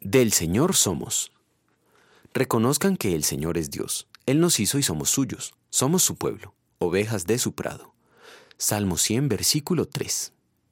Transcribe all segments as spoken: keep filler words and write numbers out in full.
Del Señor somos. Reconozcan que el Señor es Dios. Él nos hizo y somos suyos. Somos su pueblo, ovejas de su prado. Salmo cien, versículo tres.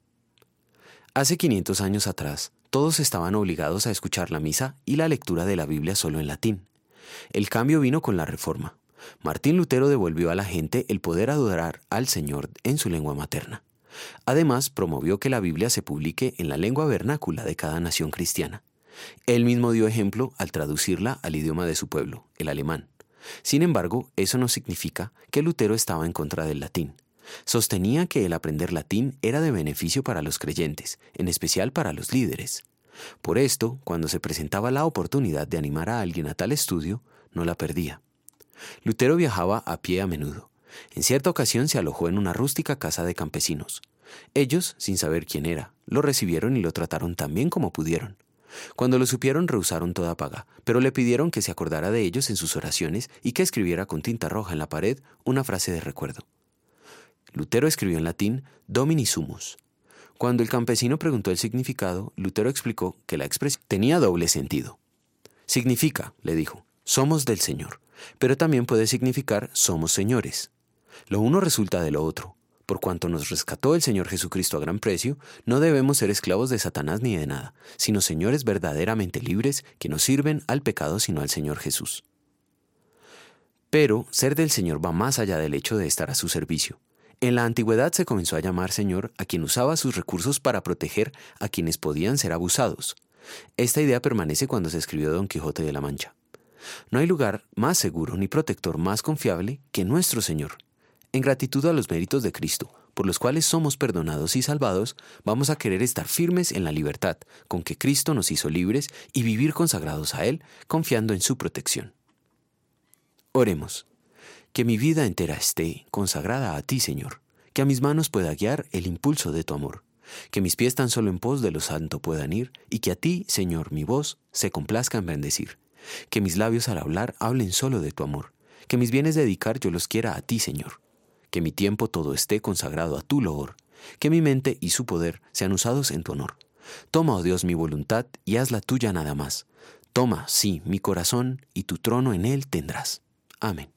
Hace quinientos años atrás, todos estaban obligados a escuchar la misa y la lectura de la Biblia solo en latín. El cambio vino con la Reforma. Martín Lutero devolvió a la gente el poder adorar al Señor en su lengua materna. Además, promovió que la Biblia se publique en la lengua vernácula de cada nación cristiana. Él mismo dio ejemplo al traducirla al idioma de su pueblo, el alemán. Sin embargo, eso no significa que Lutero estaba en contra del latín. Sostenía que el aprender latín era de beneficio para los creyentes, en especial para los líderes. Por esto, cuando se presentaba la oportunidad de animar a alguien a tal estudio, no la perdía. Lutero viajaba a pie a menudo. En cierta ocasión se alojó en una rústica casa de campesinos. Ellos, sin saber quién era, lo recibieron y lo trataron tan bien como pudieron. Cuando lo supieron, rehusaron toda paga, pero le pidieron que se acordara de ellos en sus oraciones y que escribiera con tinta roja en la pared una frase de recuerdo. Lutero escribió en latín Domini sumus. Cuando el campesino preguntó el significado, Lutero explicó que la expresión tenía doble sentido. Significa, le dijo, somos del Señor, pero también puede significar somos señores. Lo uno resulta de lo otro. Por cuanto nos rescató el Señor Jesucristo a gran precio, no debemos ser esclavos de Satanás ni de nada, sino señores verdaderamente libres que no sirven al pecado sino al Señor Jesús. Pero ser del Señor va más allá del hecho de estar a su servicio. En la antigüedad se comenzó a llamar Señor a quien usaba sus recursos para proteger a quienes podían ser abusados. Esta idea permanece cuando se escribió Don Quijote de la Mancha. No hay lugar más seguro ni protector más confiable que nuestro Señor. En gratitud a los méritos de Cristo, por los cuales somos perdonados y salvados, vamos a querer estar firmes en la libertad con que Cristo nos hizo libres y vivir consagrados a Él, confiando en su protección. Oremos. Que mi vida entera esté consagrada a ti, Señor, que a mis manos pueda guiar el impulso de tu amor, que mis pies tan solo en pos de lo santo puedan ir, y que a ti, Señor, mi voz se complazca en bendecir, que mis labios al hablar hablen solo de tu amor, que mis bienes dedicar yo los quiera a ti, Señor, que mi tiempo todo esté consagrado a tu loor, que mi mente y su poder sean usados en tu honor. Toma, oh Dios, mi voluntad y hazla tuya nada más. Toma, sí, mi corazón y tu trono en él tendrás. Amén.